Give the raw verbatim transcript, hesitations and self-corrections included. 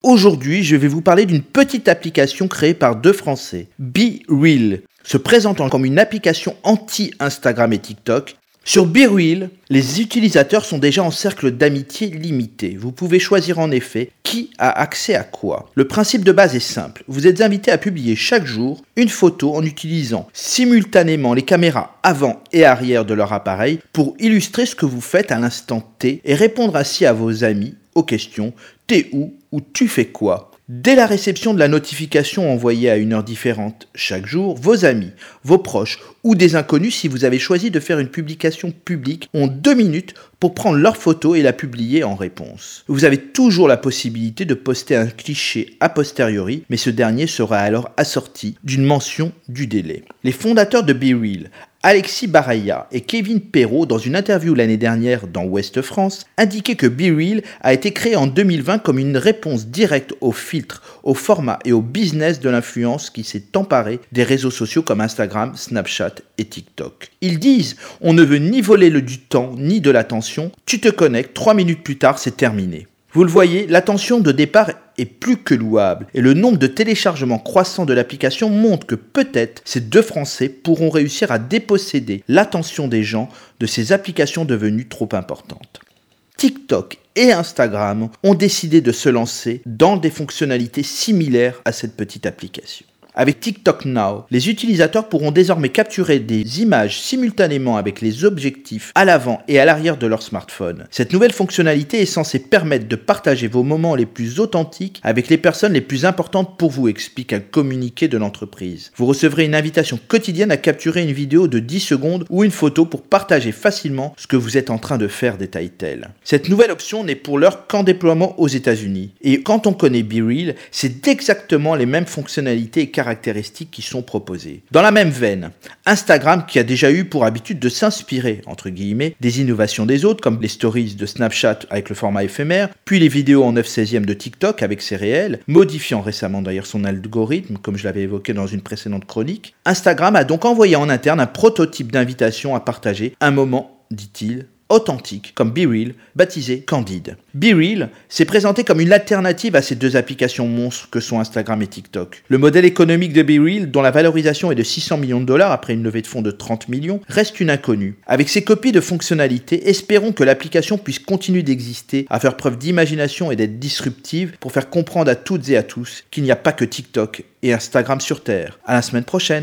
Aujourd'hui, je vais vous parler d'une petite application créée par deux Français, BeReal, se présentant comme une application anti-Instagram et TikTok. Sur BeReal, les utilisateurs sont déjà en cercle d'amitié limité. Vous pouvez choisir en effet qui a accès à quoi. Le principe de base est simple. Vous êtes invité à publier chaque jour une photo en utilisant simultanément les caméras avant et arrière de leur appareil pour illustrer ce que vous faites à l'instant T et répondre ainsi à vos amis aux questions « T'es où ?» ou « Tu fais quoi ?» Dès la réception de la notification envoyée à une heure différente chaque jour, vos amis, vos proches ou des inconnus, si vous avez choisi de faire une publication publique, ont deux minutes pour prendre leur photo et la publier en réponse. Vous avez toujours la possibilité de poster un cliché a posteriori, mais ce dernier sera alors assorti d'une mention du délai. Les fondateurs de BeReal, Alexis Baraya et Kevin Perrault, dans une interview l'année dernière dans Ouest France, indiquaient que BeReal a été créé en deux mille vingt comme une réponse directe aux filtres, au format et au business de l'influence qui s'est emparé des réseaux sociaux comme Instagram, Snapchat et TikTok. Ils disent « On ne veut ni voler le du temps ni de l'attention, tu te connectes, trois minutes plus tard, c'est terminé ». Vous le voyez, l'attention de départ est plus que louable et le nombre de téléchargements croissants de l'application montre que peut-être ces deux Français pourront réussir à déposséder l'attention des gens de ces applications devenues trop importantes. TikTok et Instagram ont décidé de se lancer dans des fonctionnalités similaires à cette petite application. Avec TikTok Now, les utilisateurs pourront désormais capturer des images simultanément avec les objectifs à l'avant et à l'arrière de leur smartphone. Cette nouvelle fonctionnalité est censée permettre de partager vos moments les plus authentiques avec les personnes les plus importantes pour vous, explique un communiqué de l'entreprise. Vous recevrez une invitation quotidienne à capturer une vidéo de dix secondes ou une photo pour partager facilement ce que vous êtes en train de faire, détaille-t-elle. Cette nouvelle option n'est pour l'heure qu'en déploiement aux États-Unis. Et quand on connaît BeReal, c'est exactement les mêmes fonctionnalités et caractéristiques qui sont proposées. Dans la même veine, Instagram, qui a déjà eu pour habitude de s'inspirer, entre guillemets, des innovations des autres, comme les stories de Snapchat avec le format éphémère, puis les vidéos en neuf seizième de TikTok avec ses réels, modifiant récemment d'ailleurs son algorithme, comme je l'avais évoqué dans une précédente chronique, Instagram a donc envoyé en interne un prototype d'invitation à partager un moment, dit-il, authentique, comme BeReal, baptisé Candide. BeReal s'est présenté comme une alternative à ces deux applications monstres que sont Instagram et TikTok. Le modèle économique de BeReal, dont la valorisation est de six cents millions de dollars après une levée de fonds de trente millions, reste une inconnue. Avec ces copies de fonctionnalités, espérons que l'application puisse continuer d'exister, à faire preuve d'imagination et d'être disruptive pour faire comprendre à toutes et à tous qu'il n'y a pas que TikTok et Instagram sur Terre. À la semaine prochaine.